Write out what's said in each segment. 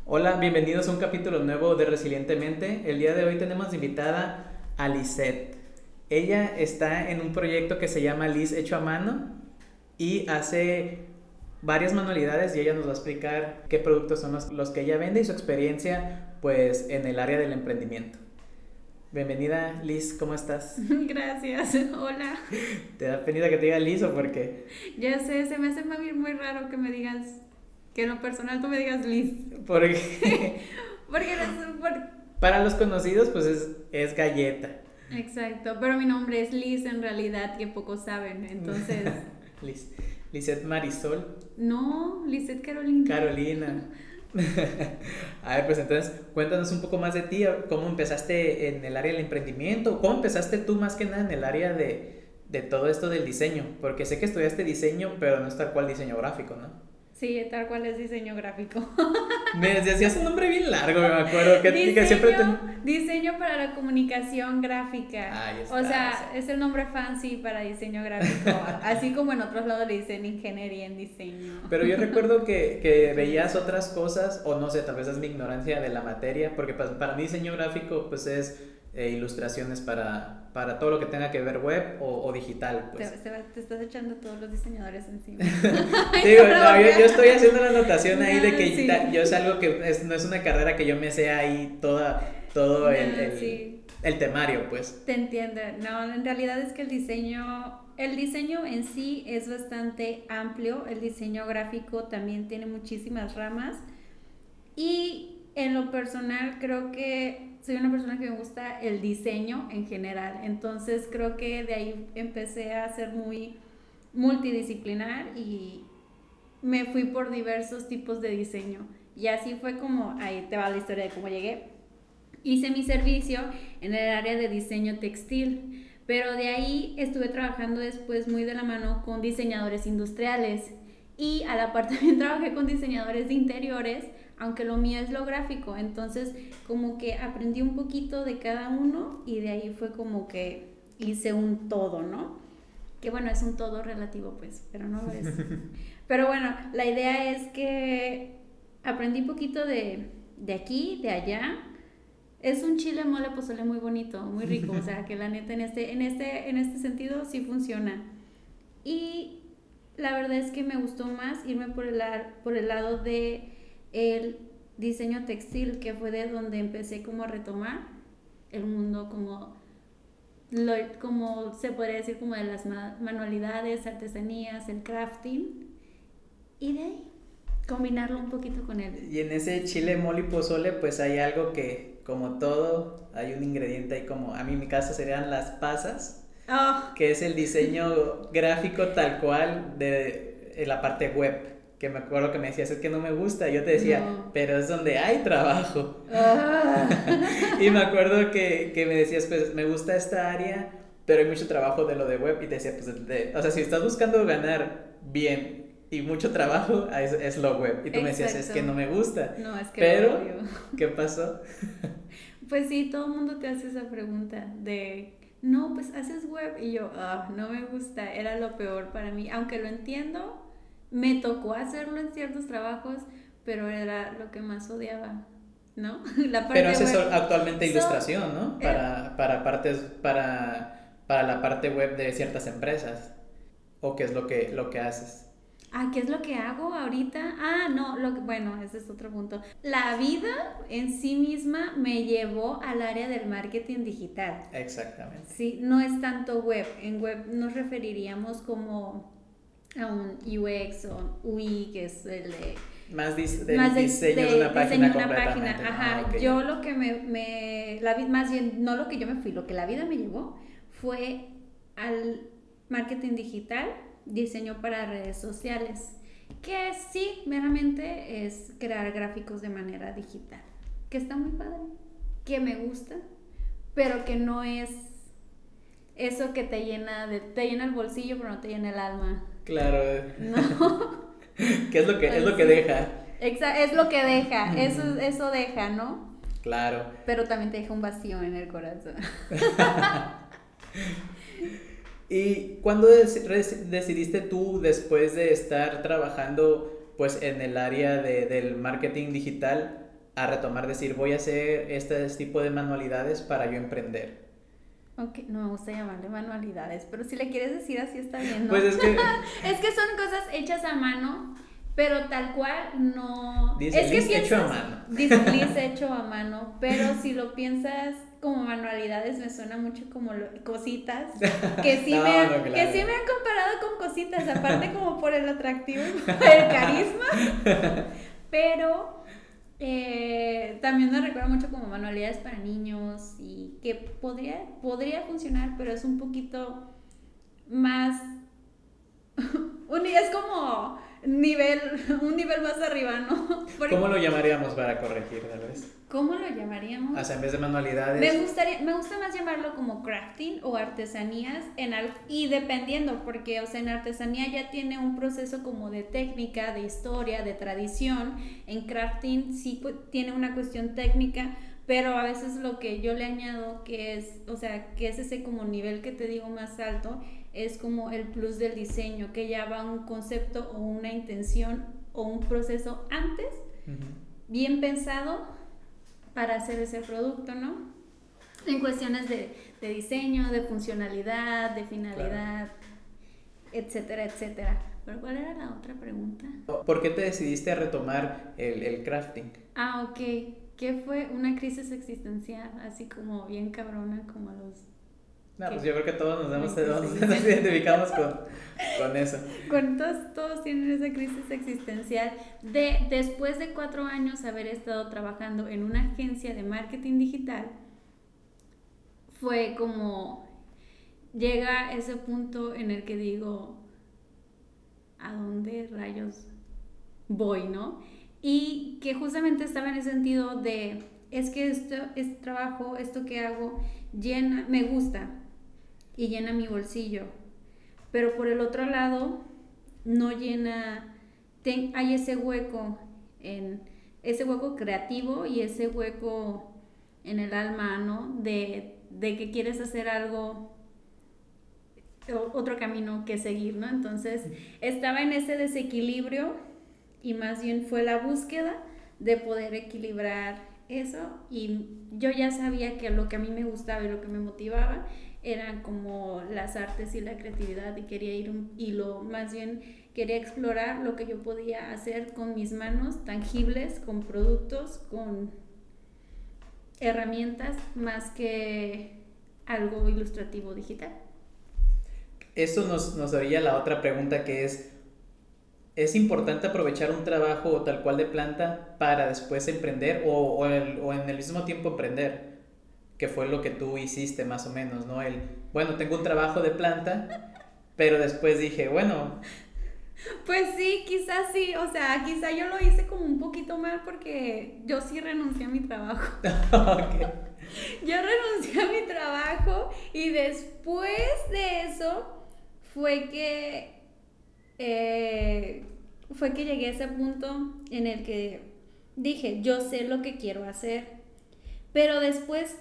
Hola, bienvenidos a un capítulo nuevo de Resilientemente. El día de hoy tenemos de invitada a Lisette. Ella está en un proyecto que se llama Liz Hecho a Mano y hace varias manualidades y ella nos va a explicar qué productos son los que ella vende y su experiencia pues en el área del emprendimiento. Bienvenida Liz, ¿cómo estás? Gracias, hola. ¿Te da pena que te diga Liz o por qué? Ya sé, se me hace muy raro que me digas, que en lo personal tú me digas Liz. Porque Porque eres para los conocidos pues es galleta. Exacto, pero mi nombre es Liz en realidad, que pocos saben, entonces... Liz, Lisette Marisol. No, Lizeth Carolina. Carolina. A ver, pues entonces cuéntanos un poco más de ti, cómo empezaste en el área del emprendimiento, cómo empezaste tú más que nada en el área de todo esto del diseño, porque sé que estudiaste diseño, pero no es tal cual diseño gráfico, ¿no? Sí, tal cual es diseño gráfico. Me decías un nombre bien largo, me acuerdo, que siempre Diseño para la comunicación gráfica. Ahí está, O sea, sí. es el nombre fancy para diseño gráfico. Así como en otros lados le dicen ingeniería en diseño. Pero yo recuerdo que veías otras cosas, o no sé, tal vez es mi ignorancia de la materia, porque para mí diseño gráfico pues es ilustraciones para todo lo que tenga que ver web o digital, pues. Te estás echando todos los diseñadores encima. Digo, no, yo estoy haciendo la anotación ahí de que Sí. yo es algo que no es una carrera que yo me sé ahí todo Sí, el temario, pues. te entiendo. No, en realidad es que el diseño en sí es bastante amplio. El diseño gráfico también tiene muchísimas ramas. Y en lo personal creo que soy una persona que me gusta el diseño en general. Entonces creo que de ahí empecé a ser muy multidisciplinar y me fui por diversos tipos de diseño. Y así fue como, ahí te va la historia de cómo llegué. Hice mi servicio en el área de diseño textil, pero de ahí estuve trabajando después muy de la mano con diseñadores industriales y a la par también trabajé con diseñadores de interiores, aunque lo mío es lo gráfico. Entonces como que aprendí un poquito de cada uno y de ahí fue como que hice un todo, ¿no? Que bueno, es un todo relativo pues, pero no lo es. Pero bueno, la idea es que aprendí un poquito de aquí, de allá. Es un chile mole pozole muy bonito, muy rico, o sea que la neta en este sentido sí funciona. Y la verdad es que me gustó más irme por el lado de el diseño textil, que fue de donde empecé como a retomar el mundo como se podría decir como de las manualidades, artesanías, el crafting y de ahí combinarlo un poquito con él. Y en ese chile mole y pozole pues hay algo que, como todo, hay un ingrediente ahí como, a mí en mi caso serían las pasas, Oh, que es el diseño gráfico tal cual de la parte web. Que me acuerdo que me decías, es que no me gusta. Yo te decía, no. pero es donde hay trabajo. Ah. Y me acuerdo que me decías, pues me gusta esta área, pero hay mucho trabajo de lo de web. Y te decía, pues, o sea, si estás buscando ganar bien y mucho trabajo, es lo web. Y tú me decías, es que no me gusta. No, es que lo Pero, odio. ¿qué pasó? Pues sí, todo el mundo te hace esa pregunta de, no, pues haces web. Y yo, no me gusta, era lo peor para mí. Aunque lo entiendo, me tocó hacerlo en ciertos trabajos, pero era lo que más odiaba, ¿no? La Pero parte haces web. actualmente So, ilustración, ¿no? Para la parte web de ciertas empresas. ¿O qué es lo que haces? ¿Qué es lo que hago ahorita? No, bueno, ese es otro punto. La vida en sí misma me llevó al área del marketing digital. Exactamente. Sí, no es tanto web. En web nos referiríamos como a un UX o un UI, que es el de Del diseño de una página diseño de una página. completamente. Ajá, Ok. yo lo que más bien, no lo que yo me fui, lo que la vida me llevó fue al marketing digital, diseño para redes sociales, que sí, meramente es crear gráficos de manera digital, que está muy padre, que me gusta, pero que no es eso que te llena el bolsillo, pero no te llena el alma. Claro. No. ¿Qué es lo que Sí. deja? Es lo que deja, eso deja, ¿no? Claro. Pero también te deja un vacío en el corazón. ¿Y cuándo decidiste tú, después de estar trabajando pues en el área del marketing digital, a retomar, decir, voy a hacer este tipo de manualidades para yo emprender. Ok, no me gusta llamarle manualidades, pero si le quieres decir así está bien, ¿no? Pues es que... es que son cosas hechas a mano, pero tal cual no... Dice es que Liz hecho a piensas, mano. dice Liz hecho a mano, pero si lo piensas como manualidades me suena mucho como cositas que sí, No, claro. claro. Que sí me han comparado con cositas, aparte como por el atractivo y por el carisma, pero... también me recuerda mucho como manualidades para niños y que podría funcionar, pero es un poquito más es como un nivel más arriba, ¿no? Porque, ¿Cómo lo llamaríamos para corregir, tal vez? ¿cómo lo llamaríamos? O sea, en vez de manualidades... Me gusta más llamarlo como crafting o artesanías y dependiendo, porque o sea, en artesanía ya tiene un proceso como de técnica, de historia, de tradición. En crafting sí tiene una cuestión técnica, pero a veces lo que yo le añado que es ese como nivel que te digo más alto, es como el plus del diseño, que ya va un concepto o una intención o un proceso antes, bien pensado para hacer ese producto, ¿no? En cuestiones de diseño, de funcionalidad, de finalidad, claro, etcétera, etcétera. ¿Pero cuál era la otra pregunta? ¿Por qué te decidiste a retomar el crafting? Ah, ok. ¿Qué fue? Una crisis existencial, así como bien cabrona, como a los... No, pues yo creo que todos nos identificamos con eso. Todos tienen esa crisis existencial después de 4 años haber estado trabajando en una agencia de marketing digital. Fue como llega ese punto en el que digo, ¿a dónde rayos voy, no? Y que justamente estaba en el sentido de, es que este trabajo, esto que hago, me gusta y llena mi bolsillo, pero por el otro lado no llena, hay ese hueco creativo y ese hueco en el alma, ¿no? De que quieres hacer algo, otro camino que seguir, ¿no? Entonces estaba en ese desequilibrio y más bien fue la búsqueda de poder equilibrar eso, y yo ya sabía que lo que a mí me gustaba y lo que me motivaba eran como las artes y la creatividad, y quería más bien quería explorar lo que yo podía hacer con mis manos tangibles, con productos, con herramientas, más que algo ilustrativo digital. Eso nos daría la otra pregunta, que ¿es importante aprovechar un trabajo tal cual de planta para después emprender o en el mismo tiempo emprender? Que fue lo que tú hiciste más o menos, ¿no? Bueno, tengo un trabajo de planta, pero después dije, bueno... Pues sí, quizás sí, o sea, quizá yo lo hice como un poquito mal porque yo sí renuncié a mi trabajo. Okay. Yo renuncié a mi trabajo y después de eso fue que llegué a ese punto en el que dije, yo sé lo que quiero hacer, pero después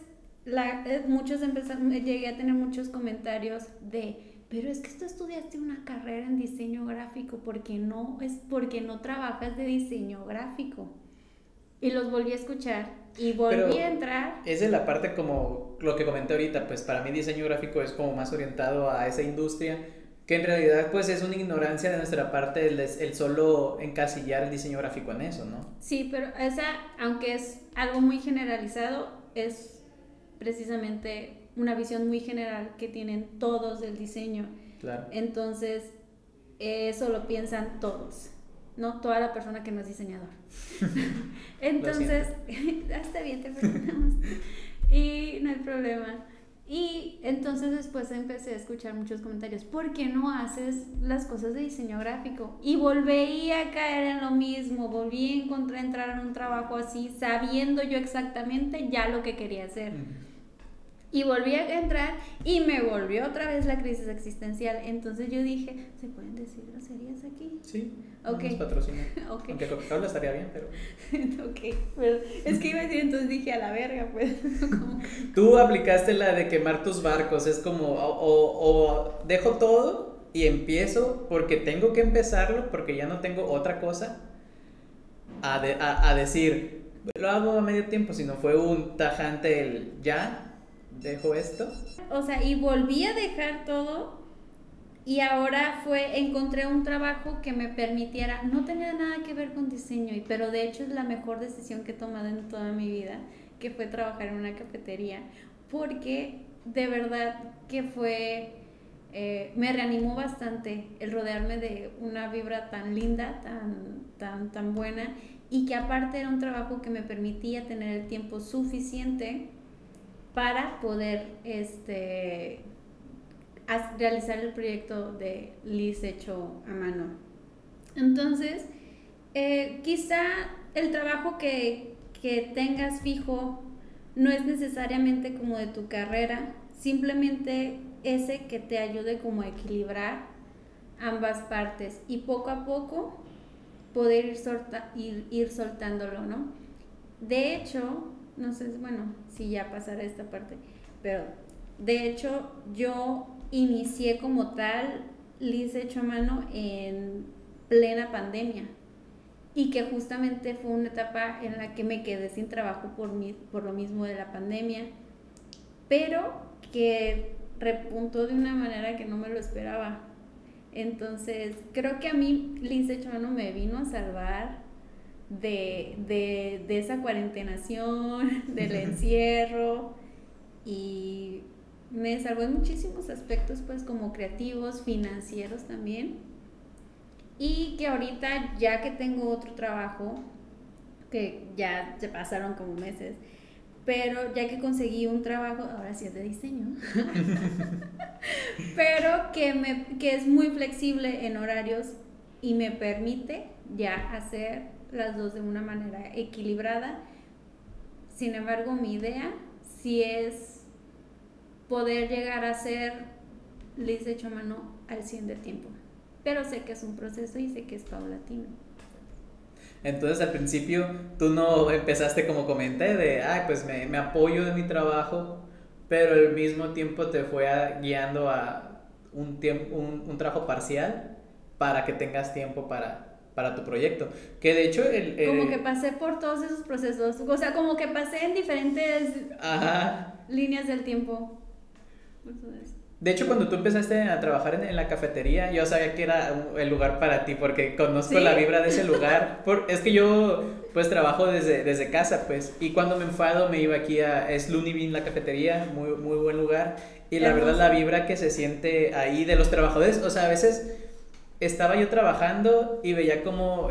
llegué a tener muchos comentarios pero es que tú estudiaste una carrera en diseño gráfico, porque no trabajas de diseño gráfico. Y los volví a escuchar y volví a entrar. Es de la parte como lo que comenté ahorita, pues para mí diseño gráfico es como más orientado a esa industria, que en realidad pues es una ignorancia de nuestra parte el solo encasillar el diseño gráfico en eso, ¿no? Sí, pero aunque es algo muy generalizado, es precisamente una visión muy general que tienen todos del diseño. Claro. Entonces, eso lo piensan todos, no toda la persona que no es diseñador. Entonces, está bien, te perdonamos. Y no hay problema. Y entonces después empecé a escuchar muchos comentarios, ¿por qué no haces las cosas de diseño gráfico? Y volví a caer en lo mismo, volví a entrar en un trabajo así, sabiendo yo exactamente ya lo que quería hacer. Y volví a entrar y me volvió otra vez la crisis existencial. Entonces yo dije, ¿se pueden decir groserías aquí? Sí, okay. Nos patrocinan. Okay. Aunque Coca-Cola estaría bien, pero... Ok, pero es que iba a decir, entonces dije, a la verga, pues. Tú aplicaste la de quemar tus barcos, es como, o dejo todo y empiezo porque tengo que empezarlo, porque ya no tengo otra cosa, a decir, lo hago a medio tiempo, sino fue un tajante el ya, dejo esto. O sea, y volví a dejar todo y ahora encontré un trabajo que me permitiera, no tenía nada que ver con diseño, pero de hecho es la mejor decisión que he tomado en toda mi vida, que fue trabajar en una cafetería, porque de verdad que me reanimó bastante el rodearme de una vibra tan linda, tan buena, y que aparte era un trabajo que me permitía tener el tiempo suficiente para poder realizar el proyecto de Liz hecho a mano. Entonces, quizá el trabajo que tengas fijo no es necesariamente como de tu carrera, simplemente ese que te ayude como a equilibrar ambas partes y poco a poco poder ir soltándolo, ¿no? De hecho, no sé, bueno, si ya pasará esta parte, pero de hecho yo inicié como tal Liz hecho a mano en plena pandemia y que justamente fue una etapa en la que me quedé sin trabajo por lo mismo de la pandemia, pero que repuntó de una manera que no me lo esperaba. Entonces creo que a mí Liz hecho a mano me vino a salvar de esa cuarentenación, del encierro, y me salvó en muchísimos aspectos, pues como creativos, financieros también, y que ahorita ya que tengo otro trabajo, que ya se pasaron como meses, pero ya que conseguí un trabajo, ahora sí es de diseño, pero que es muy flexible en horarios y me permite ya hacer las dos de una manera equilibrada. Sin embargo, mi idea sí es poder llegar a ser Liz hecho a mano al 100 de tiempo, pero sé que es un proceso y sé que es paulatino. Entonces al principio tú no empezaste como comenté de, pues me apoyo de mi trabajo, pero al mismo tiempo te fue guiando a un trabajo parcial para que tengas tiempo para tu proyecto. Que de hecho como que pasé por todos esos procesos, o sea, como que pasé en diferentes líneas del tiempo. Entonces, de hecho, cuando tú empezaste a trabajar en la cafetería, yo sabía que era el lugar para ti, porque conozco la vibra de ese lugar. Es que yo, pues, trabajo desde casa, pues, y cuando me enfado me iba aquí es Looney Bean, la cafetería, muy, muy buen lugar, y la verdad la vibra que se siente ahí de los trabajadores, o sea, a veces estaba yo trabajando y veía como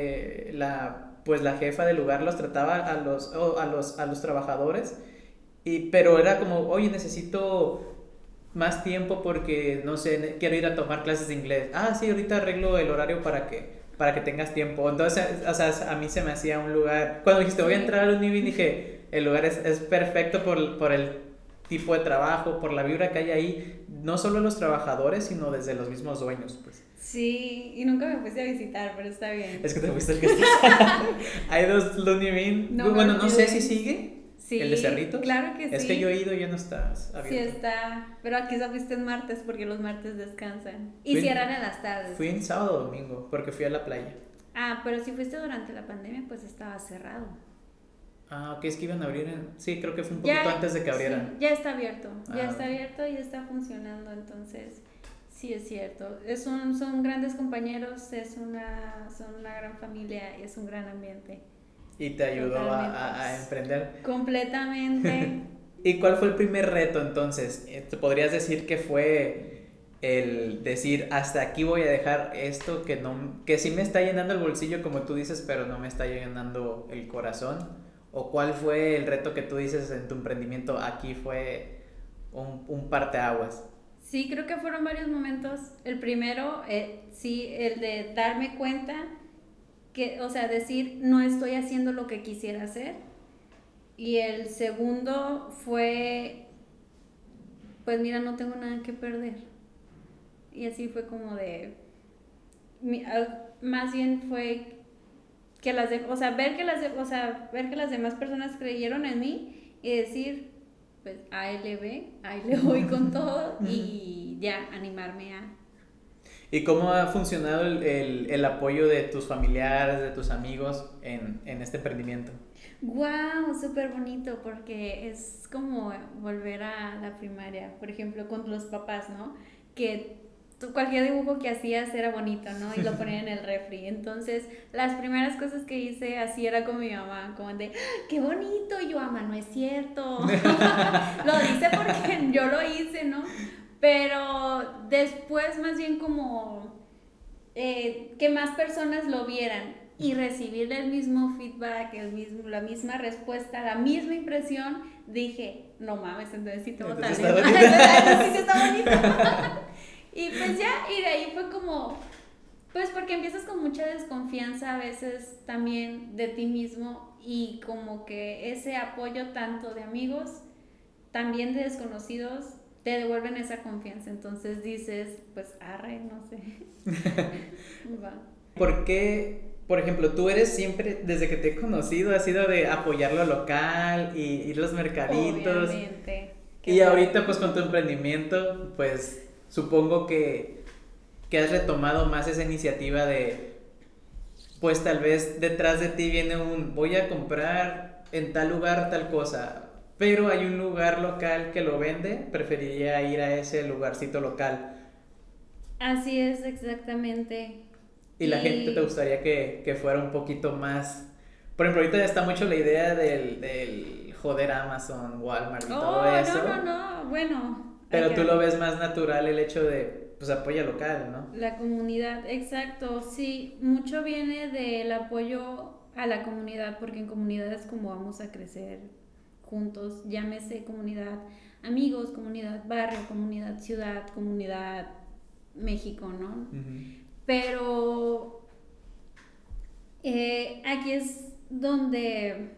la jefa del lugar los trataba a los trabajadores, pero era como, oye, necesito más tiempo porque, no sé, quiero ir a tomar clases de inglés. Sí, ahorita arreglo el horario para que tengas tiempo. Entonces, o sea, a mí se me hacía un lugar... Cuando dijiste, voy a entrar a Univi, dije, el lugar es perfecto por el tipo de trabajo, por la vibra que hay ahí. No solo los trabajadores, sino desde los mismos dueños, pues. Sí, y nunca me fuiste a visitar, pero está bien. Es que te fuiste al que estás. Hay dos Looney Bean. Bueno, no sé si sigue. Sí, ¿el de Cerritos? Claro que sí. Es que yo he ido y ya no está abierto. Sí está, pero aquí ya fuiste en martes porque los martes descansan. Y cierran en las tardes. Fui en sábado o domingo porque fui a la playa. Pero si fuiste durante la pandemia, pues estaba cerrado. Ok, es que iban a abrir Sí, creo que fue un poquito antes de que abrieran. Sí, ya está abierto, está abierto y está funcionando, entonces sí es cierto. Son grandes compañeros, son una gran familia y es un gran ambiente. Y te ayudó a emprender. Completamente. ¿Y cuál fue el primer reto entonces? ¿Te podrías decir que fue el decir, hasta aquí voy a dejar esto que sí me está llenando el bolsillo, como tú dices, pero no me está llenando el corazón? ¿O cuál fue el reto que tú dices en tu emprendimiento? Aquí fue un parteaguas. Sí, creo que fueron varios momentos. El primero, sí, el de darme cuenta decir, no estoy haciendo lo que quisiera hacer. Y el segundo fue, pues mira, no tengo nada que perder. Y así fue como más bien fue que ver que las demás personas creyeron en mí y decir, pues ahí le voy con todo y ya animarme a... ¿Y cómo ha funcionado el apoyo de tus familiares, de tus amigos en este emprendimiento? Wow, súper bonito porque es como volver a la primaria, por ejemplo, con los papás, ¿no? Que cualquier dibujo que hacías era bonito, ¿no? Y lo ponían en el refri. Entonces, las primeras cosas que hice así era con mi mamá, como de, ¡ah, qué bonito! Y yo, mamá, no es cierto. Lo dice porque yo lo hice, ¿no? Pero después más bien como que más personas lo vieran y recibir el mismo feedback, la misma respuesta, la misma impresión, dije, no mames, entonces sí tengo talento. Entonces sí está bonito. Y pues ya, y de ahí fue como, pues porque empiezas con mucha desconfianza a veces también de ti mismo y como que ese apoyo tanto de amigos, también de desconocidos, te devuelven esa confianza. Entonces dices, pues arre, no sé. Va. ¿Por qué, por ejemplo, tú eres siempre, desde que te he conocido, has sido de apoyar lo local y ir a los mercaditos? Obviamente. Y ahorita pues con tu emprendimiento, pues supongo que has retomado más esa iniciativa de, pues tal vez detrás de ti viene voy a comprar en tal lugar tal cosa, pero hay un lugar local que lo vende, preferiría ir a ese lugarcito local. Así es, exactamente. Y la gente te gustaría que fuera un poquito más. Por ejemplo, ahorita está mucho la idea del joder Amazon, Walmart y todo eso. No, bueno. Pero tú lo ves más natural el hecho de, pues, apoya local, ¿no? La comunidad, exacto. Sí, mucho viene del apoyo a la comunidad, porque en comunidad es como vamos a crecer juntos. Llámese comunidad amigos, comunidad barrio, comunidad ciudad, comunidad México, ¿no? Uh-huh. Pero aquí es donde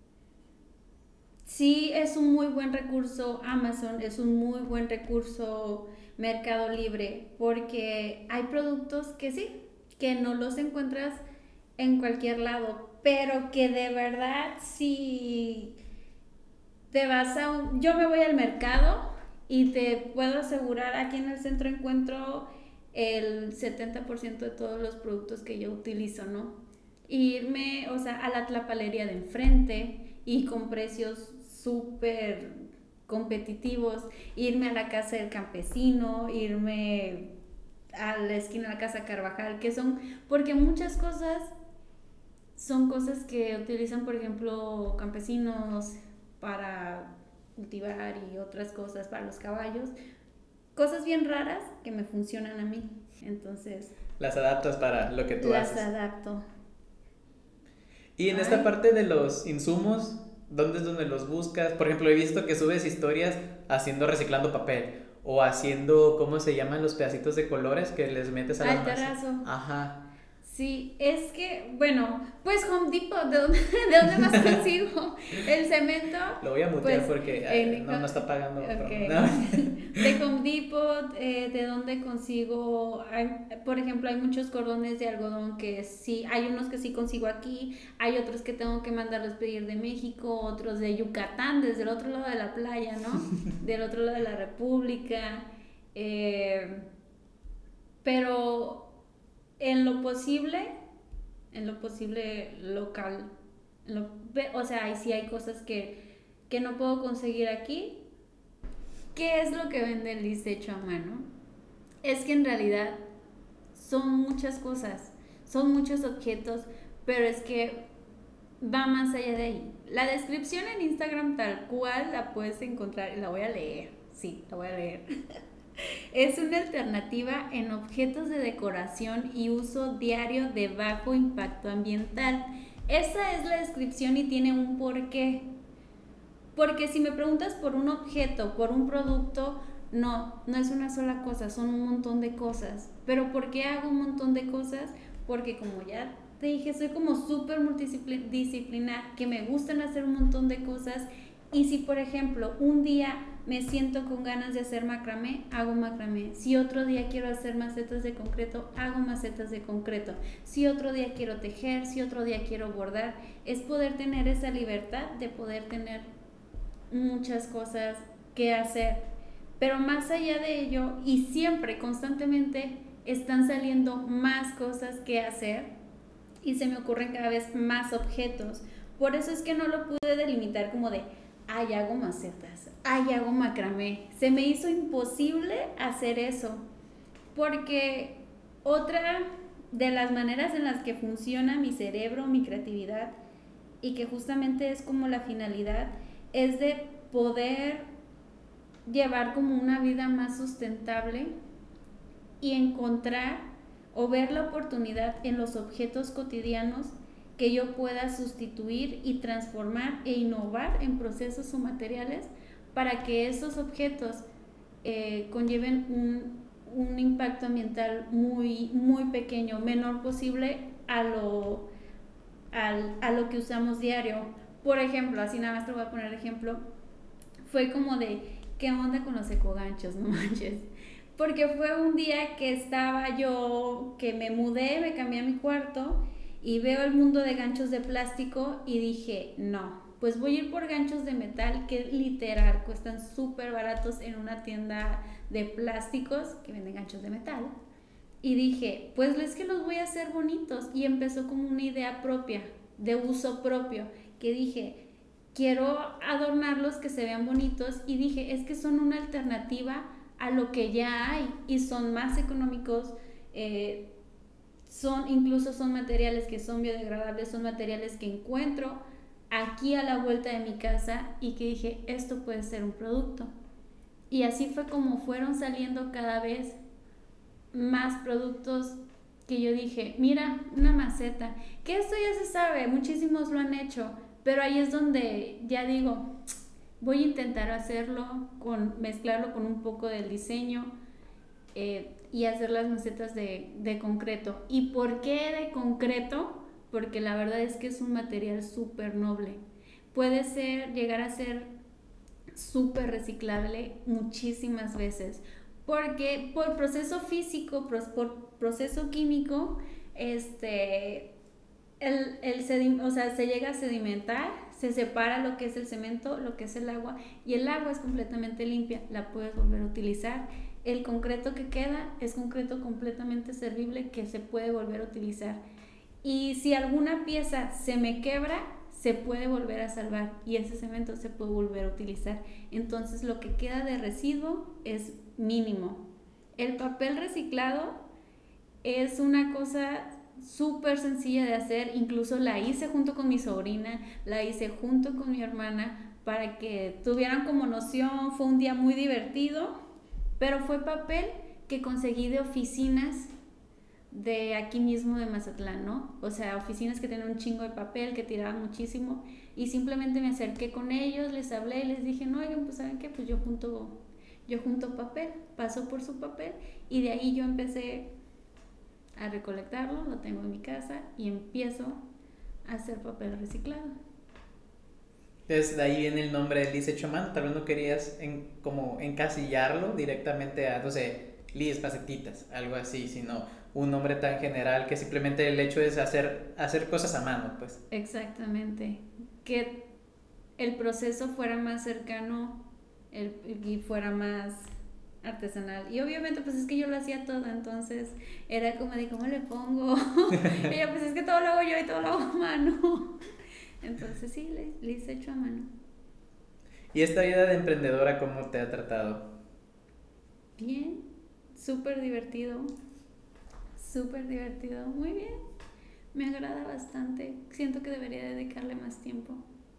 sí es un muy buen recurso Amazon, es un muy buen recurso Mercado Libre, porque hay productos que sí, que no los encuentras en cualquier lado, pero que de verdad si te vas yo me voy al mercado y te puedo asegurar, aquí en el centro encuentro el 70% de todos los productos que yo utilizo, ¿no? Irme, o sea, a la tlapalería de enfrente y con precios súper competitivos, irme a la casa del campesino, irme a la esquina de la casa Carvajal, que son, porque muchas cosas son cosas que utilizan, por ejemplo, campesinos para cultivar y otras cosas para los caballos, cosas bien raras que me funcionan a mí, entonces las adaptas para lo que tú haces. Las adapto. Y en esta parte de los insumos, ¿dónde es donde los buscas? Por ejemplo, he visto que subes historias reciclando papel o haciendo, ¿cómo se llaman los pedacitos de colores que les metes a la masa? Terrazo. Ajá. Sí, es que, bueno, pues Home Depot, ¿de dónde más consigo el cemento? Lo voy a mutear pues, porque no está pagando. Okay. No. De Home Depot, ¿de dónde consigo? Por ejemplo, hay muchos cordones de algodón que sí, hay unos que sí consigo aquí, hay otros que tengo que mandarlos pedir de México, otros de Yucatán, desde el otro lado de la playa, ¿no? Del otro lado de la República. Pero en lo posible local, o sea, ahí sí hay cosas que no puedo conseguir aquí. ¿Qué es lo que vende el Liz hecho a mano? Es que en realidad son muchas cosas, son muchos objetos, pero es que va más allá de ahí. La descripción en Instagram tal cual la puedes encontrar, la voy a leer, sí, la voy a leer. Es una alternativa en objetos de decoración y uso diario de bajo impacto ambiental. Esa es la descripción y tiene un porqué. Porque si me preguntas por un objeto, por un producto, no es una sola cosa, son un montón de cosas. ¿Pero por qué hago un montón de cosas? Porque como ya te dije, soy como súper multidisciplinar, que me gustan hacer un montón de cosas. Y si, por ejemplo, un día me siento con ganas de hacer macramé, hago macramé. Si otro día quiero hacer macetas de concreto, hago macetas de concreto. Si otro día quiero tejer, si otro día quiero bordar, es poder tener esa libertad de poder tener muchas cosas que hacer. Pero más allá de ello, y siempre, constantemente, están saliendo más cosas que hacer y se me ocurren cada vez más objetos. Por eso es que no lo pude delimitar como de, ay, hago macetas, ay, hago macramé. Se me hizo imposible hacer eso, porque otra de las maneras en las que funciona mi cerebro, mi creatividad, y que justamente es como la finalidad, es de poder llevar como una vida más sustentable y encontrar o ver la oportunidad en los objetos cotidianos que yo pueda sustituir y transformar e innovar en procesos o materiales para que esos objetos conlleven un impacto ambiental muy, muy pequeño, menor posible a lo que usamos diario. Por ejemplo, así nada más te voy a poner ejemplo, fue como de, ¿qué onda con los ecoganchos? No manches. Porque fue un día que estaba yo, que me mudé, me cambié a mi cuarto y veo el mundo de ganchos de plástico y dije, no, pues voy a ir por ganchos de metal que literal cuestan súper baratos en una tienda de plásticos que venden ganchos de metal. Y dije, pues es que los voy a hacer bonitos. Y empezó como una idea propia, de uso propio, que dije, quiero adornarlos que se vean bonitos. Y dije, es que son una alternativa a lo que ya hay y son más económicos, incluso son materiales que son biodegradables, son materiales que encuentro aquí a la vuelta de mi casa y que dije, esto puede ser un producto. Y así fue como fueron saliendo cada vez más productos que yo dije, mira, una maceta, que esto ya se sabe, muchísimos lo han hecho, pero ahí es donde ya digo, voy a intentar hacerlo, mezclarlo con un poco del diseño y hacer las macetas de concreto. ¿Y por qué de concreto? Porque la verdad es que es un material súper noble. Puede llegar a ser súper reciclable muchísimas veces. Porque por proceso físico, por proceso químico, o sea, se llega a sedimentar, se separa lo que es el cemento, lo que es el agua, y el agua es completamente limpia, la puedes volver a utilizar. El concreto que queda es concreto completamente servible que se puede volver a utilizar. Y si alguna pieza se me quebra, se puede volver a salvar y ese cemento se puede volver a utilizar. Entonces lo que queda de residuo es mínimo. El papel reciclado es una cosa súper sencilla de hacer, incluso la hice junto con mi sobrina, la hice junto con mi hermana para que tuvieran como noción. Fue un día muy divertido, pero fue papel que conseguí de oficinas de aquí mismo de Mazatlán, ¿no? O sea, oficinas que tenían un chingo de papel, que tiraban muchísimo, y simplemente me acerqué con ellos, les hablé y les dije, no, oigan, pues ¿saben qué? Pues yo junto papel, paso por su papel, y de ahí yo empecé a recolectarlo, lo tengo en mi casa y empiezo a hacer papel reciclado. Entonces de ahí viene el nombre de Liz hecho a mano. Tal vez no querías como encasillarlo directamente a, no sé, Liz macetitas, algo así, sino un nombre tan general que simplemente el hecho es hacer cosas a mano, pues. Exactamente, que el proceso fuera más cercano y fuera más artesanal. Y obviamente pues es que yo lo hacía todo, entonces era como de cómo le pongo. Y yo, pues es que todo lo hago yo y todo lo hago a mano. Entonces sí, le hice hecho a mano. ¿Y esta vida de emprendedora cómo te ha tratado? Bien, súper divertido, muy bien. Me agrada bastante. Siento que debería dedicarle más tiempo.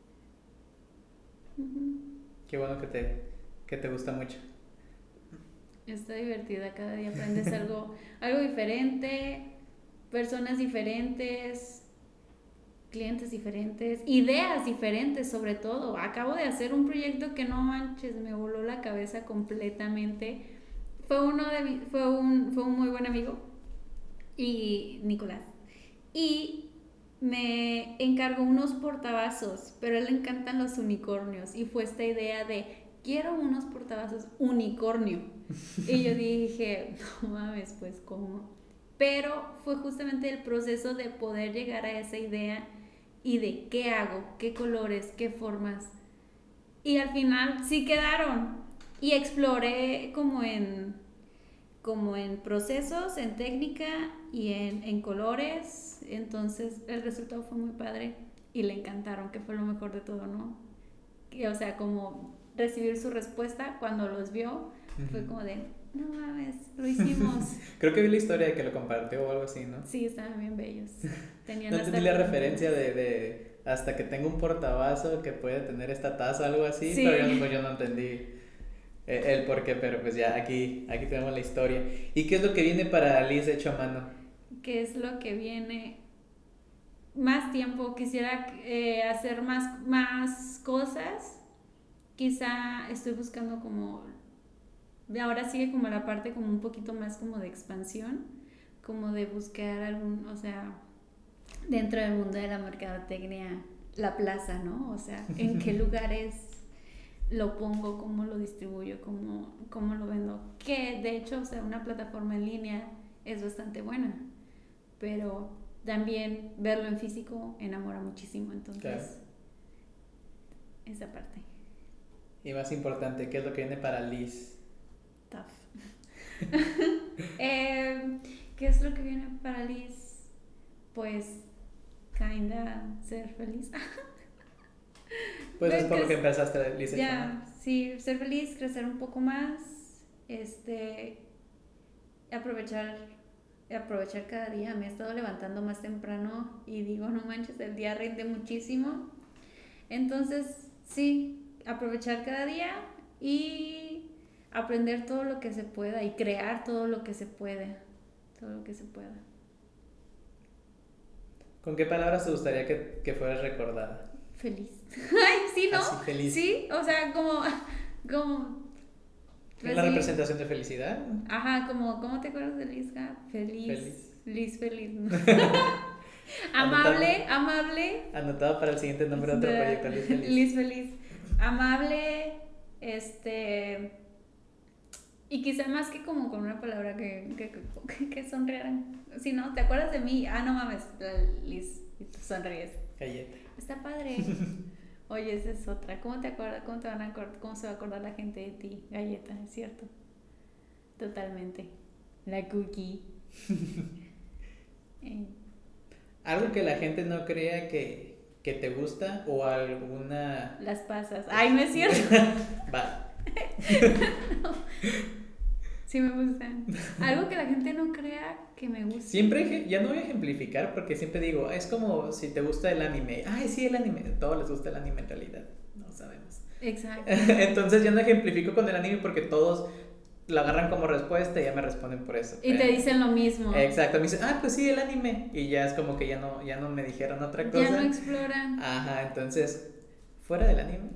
Qué bueno que te gusta mucho. Está divertida, cada día aprendes algo diferente, personas diferentes, clientes diferentes, ideas diferentes sobre todo. Acabo de hacer un proyecto que no manches, me voló la cabeza completamente. Fue un muy buen amigo, y Nicolás, y me encargó unos portavasos, pero a él le encantan los unicornios y fue esta idea de quiero unos portavasos unicornio. Y yo dije, no mames, pues cómo. Pero fue justamente el proceso de poder llegar a esa idea y de qué hago, qué colores, qué formas. Y al final sí quedaron. Y exploré como en procesos, en técnica y en colores. Entonces el resultado fue muy padre. y le encantaron, que fue lo mejor de todo, ¿no? Y, o sea, como recibir su respuesta cuando los vio, fue como de, no mames, lo hicimos. Creo que vi la historia de que lo compartió o algo así, ¿no? Sí, estaban bien bellos. Tenían No hasta entendí la referencia de hasta que tengo un portavaso que puede tener esta taza, algo así, Sí. pero yo no entendí el por qué, pero pues ya aquí tenemos la historia. ¿Y qué es lo que viene para Liz hecho a mano? ¿Qué es lo que viene? Más tiempo, quisiera hacer más cosas. Quizá estoy buscando como, ahora sigue como la parte como un poquito más como de expansión, como de buscar algún, o sea, dentro del mundo de la mercadotecnia, la plaza, ¿no? O sea, en qué lugares lo pongo, cómo lo distribuyo, cómo lo vendo. Que de hecho, o sea, una plataforma en línea es bastante buena, pero también verlo en físico enamora muchísimo, entonces Claro. Esa parte. Y más importante, ¿qué es lo que viene para Liz? Tough. ¿Qué es lo que viene para Liz? Pues, kinda ser feliz. Pues es por lo que empezaste, Liz. Ya, sí, ser feliz, crecer un poco más, aprovechar cada día. Me he estado levantando más temprano y digo, no manches, el día rinde muchísimo. Entonces, sí, aprovechar cada día y aprender todo lo que se pueda y crear todo lo que se puede, todo lo que se pueda. ¿Con qué palabras te gustaría que fueras recordada? Feliz. Ay, sí, ¿no? Así, feliz. Sí, o sea, como ¿Es la sí. representación de felicidad? Ajá, ¿cómo te acuerdas de Liz? Feliz. Liz feliz. Amable. Anotado para el siguiente nombre de otro proyecto, Liz feliz. Liz feliz. Amable, y quizá más que como con una palabra que sonrieran. Si no, ¿te acuerdas de mí? Ah, no mames, Liz, y tú sonríes. Galleta. Está padre. Oye, esa es otra. ¿Cómo te acuerdas? ¿Cómo se va a acordar la gente de ti? Galleta, es cierto. Totalmente. La cookie. Algo que la gente no crea que te gusta o alguna... Las pasas. Ay, no es cierto. Va. Sí me gustan. Algo que la gente no crea que me gusta. Siempre, ya no voy a ejemplificar porque siempre digo, es como si te gusta el anime. Ay, sí, el anime. A todos les gusta el anime en realidad. No sabemos. Exacto. Entonces ya no ejemplifico con el anime porque todos lo agarran como respuesta y ya me responden por eso. Y te dicen lo mismo. Exacto, me dicen, pues sí, el anime. Y ya es como que ya no me dijeron otra cosa. Ya no exploran. Ajá, entonces, fuera del anime.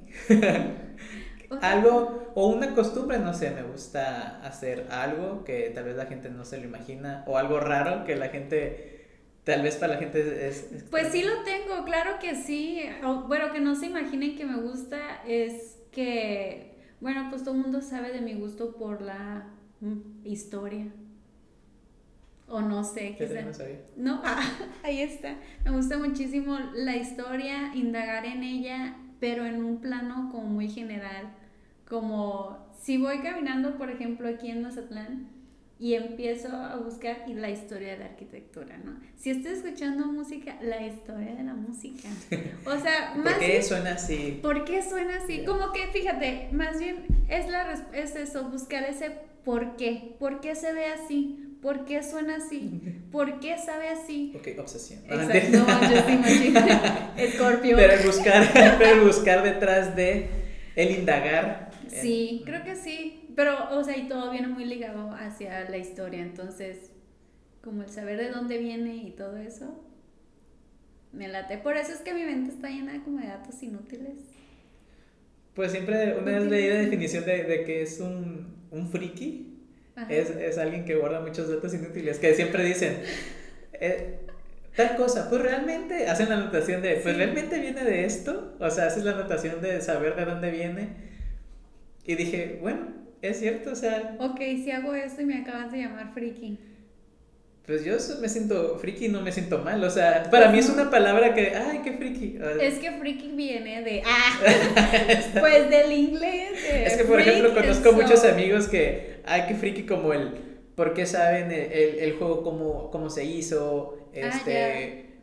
Algo o una costumbre, no sé, me gusta hacer algo que tal vez la gente no se lo imagina o algo raro que la gente, tal vez para la gente es pues sí lo tengo, claro que sí. Bueno, que no se imaginen que me gusta es que, bueno, pues todo el mundo sabe de mi gusto por la historia. O no sé, ¿Qué no sabía? No, ahí está. Me gusta muchísimo la historia, indagar en ella, pero en un plano como muy general. Como si voy caminando, por ejemplo, aquí en Mazatlán y empiezo a buscar la historia de la arquitectura, ¿no? Si estoy escuchando música, la historia de la música. O sea, más ¿por qué suena así? ¿Por qué suena así? Yeah. Como que, fíjate, más bien es eso, buscar ese por qué. ¿Por qué se ve así? ¿Por qué suena así? ¿Por qué sabe así? Ok, obsesión. Exacto, no, yo sí imagino. Escorpio. Pero el buscar detrás de el indagar. Sí, creo que sí. Pero, o sea, y todo viene muy ligado hacia la historia. Entonces, como el saber de dónde viene y todo eso, me late. Por eso es que mi mente está llena como de datos inútiles. Pues siempre una vez leí la definición de que es un friki. Es alguien que guarda muchos datos inútiles, que siempre dicen tal cosa, pues realmente hacen la anotación de, pues realmente viene de esto, o sea, haces la anotación de saber de dónde viene, y dije, bueno, es cierto, o sea... Ok, si hago esto y me acabas de llamar friki. Pues yo me siento friki y no me siento mal, o sea, para mí es una palabra que, ay, qué friki. Es que friki viene de, pues del inglés. Es que, por ejemplo, conozco muchos amigos que, ay, qué friki, como ¿por qué saben el juego cómo se hizo?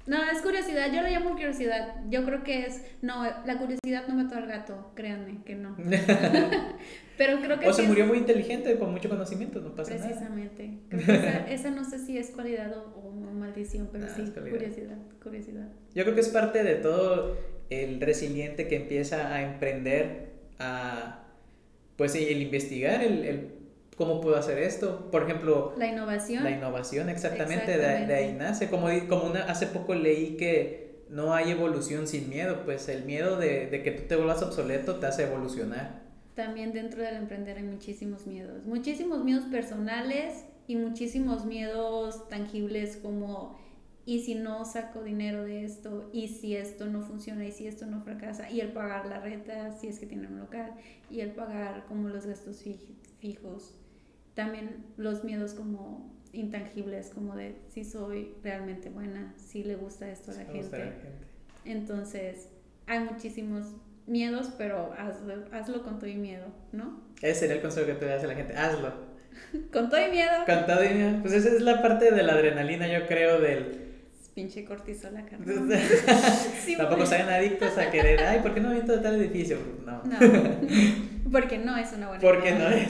No, es curiosidad, yo lo llamo curiosidad. Yo creo que es, no, la curiosidad no mató al gato, créanme que no. Pero creo que O se sí murió es muy inteligente, con mucho conocimiento, no pasa nada. precisamente. Creo que esa no sé si es cualidad o maldición, pero No, sí, es calidad. curiosidad. Yo creo que es parte de todo el resiliente que empieza a emprender, a pues sí, el investigar, el cómo puedo hacer esto. Por ejemplo, La innovación. la innovación, exactamente, Exactamente. de ahí nace. Hace poco leí que no hay evolución sin miedo, pues el miedo de que tú te vuelvas obsoleto te hace evolucionar. También dentro del emprender hay muchísimos miedos personales y muchísimos miedos tangibles como y si no saco dinero de esto, y si esto no funciona, y si esto no fracasa, y el pagar la renta si es que tienen un local, y el pagar como los gastos fijos. También los miedos como intangibles, como de si soy realmente buena, si le gusta esto a la gente. Entonces, hay muchísimos miedos, pero hazlo con todo y miedo, ¿no? Ese sería el consejo que te das a la gente, hazlo. Con todo y miedo. Con todo y miedo. Pues esa es la parte de la adrenalina, yo creo, del... Pinche cortisol acá. Sí, tampoco sean adictos a querer, ay, ¿por qué no aviento de tal edificio? No. No, porque no es una buena Porque idea. no es.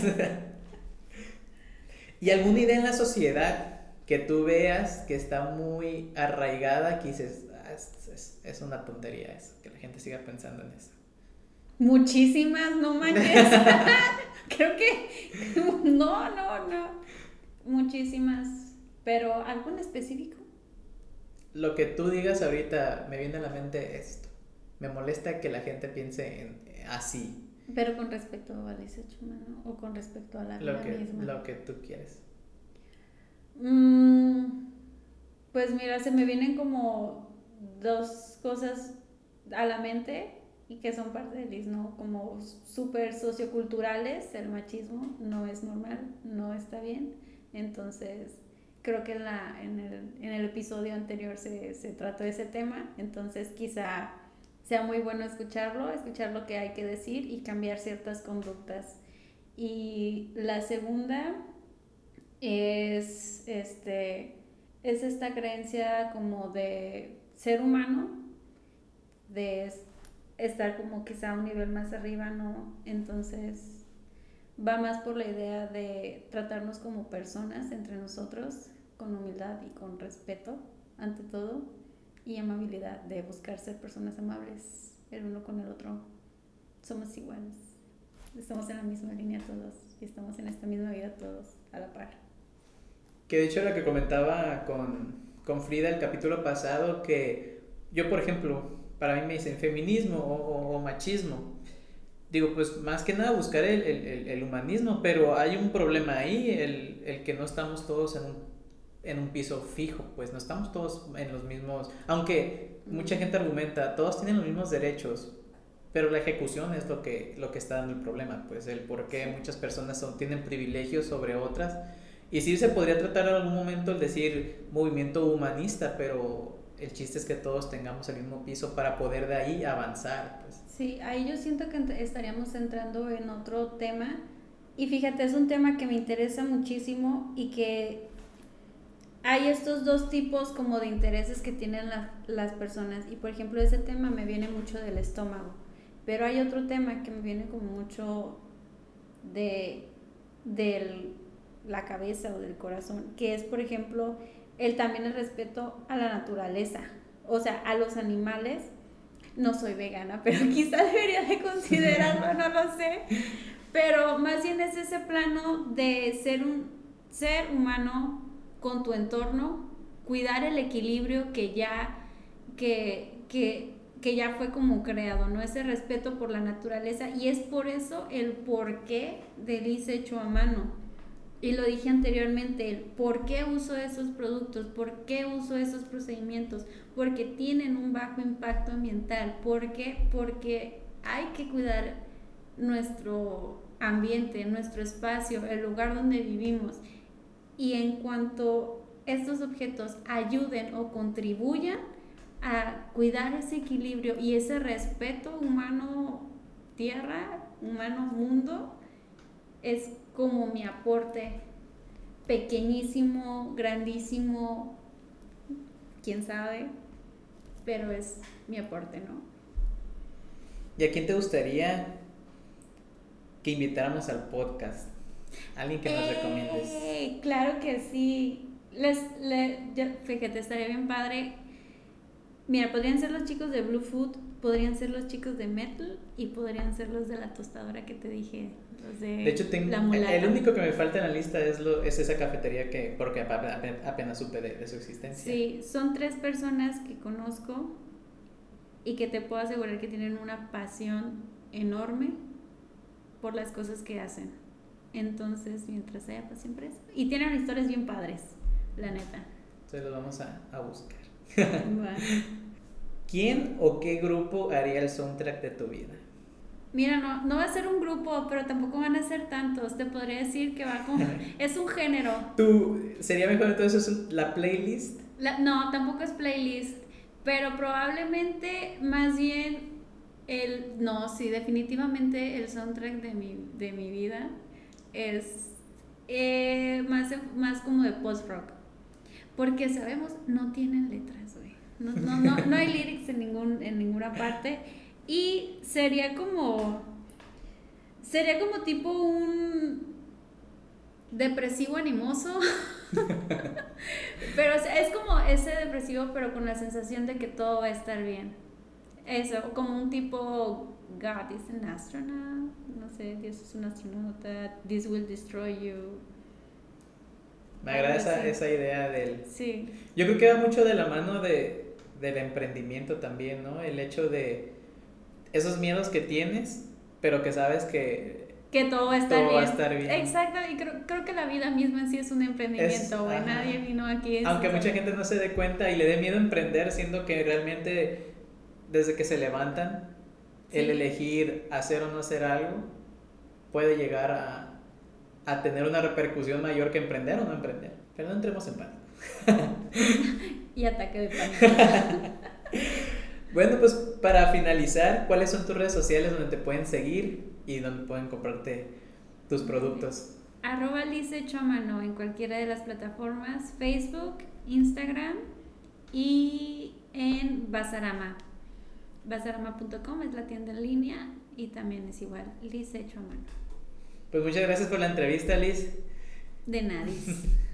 ¿Y alguna idea en la sociedad que tú veas que está muy arraigada, que dices, es una tontería eso, que la gente siga pensando en eso? Muchísimas, no manches. Creo que no. Muchísimas. Pero algo en específico. Lo que tú digas ahorita me viene a la mente esto. Me molesta que la gente piense en así. Pero con respecto al desecho humano o con respecto a la vida misma. Lo que tú quieres. Pues mira, se me vienen como dos cosas a la mente y que son parte del IS, ¿no? Como súper socioculturales, el machismo no es normal, no está bien. Entonces, creo que en el episodio anterior se trató ese tema, entonces quizá sea muy bueno escuchar lo que hay que decir y cambiar ciertas conductas. Y la segunda es esta creencia como de ser humano, de estar como quizá a un nivel más arriba, ¿no? Entonces va más por la idea de tratarnos como personas entre nosotros, con humildad y con respeto ante todo, y amabilidad, de buscar ser personas amables el uno con el otro. Somos iguales, estamos en la misma línea todos y estamos en esta misma vida todos a la par. Que de hecho lo que comentaba con Frida el capítulo pasado, que yo por ejemplo, para mí me dicen feminismo o machismo. Digo, pues más que nada buscar el humanismo, pero hay un problema ahí, el que no estamos todos en un piso fijo, pues no estamos todos en los mismos, aunque mucha gente argumenta, todos tienen los mismos derechos, pero la ejecución es lo que está dando el problema, pues el por qué muchas personas tienen privilegios sobre otras, y sí se podría tratar en algún momento el decir movimiento humanista, pero el chiste es que todos tengamos el mismo piso para poder de ahí avanzar, pues. Sí, ahí yo siento que estaríamos entrando en otro tema, y fíjate, es un tema que me interesa muchísimo y que hay estos dos tipos como de intereses que tienen las personas, y por ejemplo ese tema me viene mucho del estómago, pero hay otro tema que me viene como mucho de la cabeza o del corazón, que es por ejemplo también el respeto a la naturaleza, o sea, a los animales. No soy vegana, pero quizá debería de considerarlo, no lo sé, pero más bien es ese plano de ser un ser humano con tu entorno, cuidar el equilibrio que ya fue como creado, ¿no? Ese respeto por la naturaleza, y es por eso el porqué del IS hecho a mano. Y lo dije anteriormente, el por qué uso esos productos, por qué uso esos procedimientos, porque tienen un bajo impacto ambiental. ¿Por qué? Porque hay que cuidar nuestro ambiente, nuestro espacio, el lugar donde vivimos. Y en cuanto estos objetos ayuden o contribuyan a cuidar ese equilibrio y ese respeto humano-tierra, humano-mundo, es como mi aporte pequeñísimo, grandísimo, quién sabe, pero es mi aporte, ¿no? ¿Y a quién te gustaría que invitáramos al podcast? Alguien que nos recomiendes. Claro que sí. Fíjate, estaría bien padre. Mira, podrían ser los chicos de Blue Food, podrían ser los chicos de Metal y podrían ser los de la tostadora que te dije, los de hecho, la mulata. el único que me falta en la lista es esa cafetería porque apenas supe de su existencia. Sí, son 3 personas que conozco y que te puedo asegurar que tienen una pasión enorme por las cosas que hacen. Entonces, mientras haya pasión por eso. Y tienen historias bien padres, la neta. Entonces los vamos a buscar. Bueno. ¿Quién o qué grupo haría el soundtrack de tu vida? Mira, no va a ser un grupo, pero tampoco van a ser tantos. Te podría decir que va con... es un género. ¿Sería mejor entonces la playlist? No, tampoco es playlist, pero probablemente más bien sí, definitivamente el soundtrack de mi vida es más como de post-rock. Porque sabemos, no tienen letras, güey. No hay lyrics en ninguna parte. Y sería como tipo un depresivo animoso. Pero o sea, es como ese depresivo, pero con la sensación de que todo va a estar bien. Eso, como un tipo God is an astronaut. No sé, Dios es un astronauta. This will destroy you. Me agrada esa idea Sí. Yo creo que va mucho de la mano del emprendimiento también, ¿no? El hecho de esos miedos que tienes, pero que sabes que todo va a estar bien. bien. Exacto, y creo que la vida misma en sí es un emprendimiento, güey. Nadie vino aquí. Aunque mucha gente no se dé cuenta y le dé miedo emprender, siendo que realmente desde que se levantan, sí, el elegir hacer o no hacer algo puede llegar a tener una repercusión mayor que emprender o no emprender. Pero no entremos en pánico. Y ataque de pánico. Bueno, pues para finalizar, ¿cuáles son tus redes sociales donde te pueden seguir y donde pueden comprarte tus productos? @LizHechoAmano en cualquiera de las plataformas, Facebook, Instagram y en Basarama. Basarama.com es la tienda en línea y también es igual, Liz Hecho a Mano. Pues muchas gracias por la entrevista, Liz. De nadie.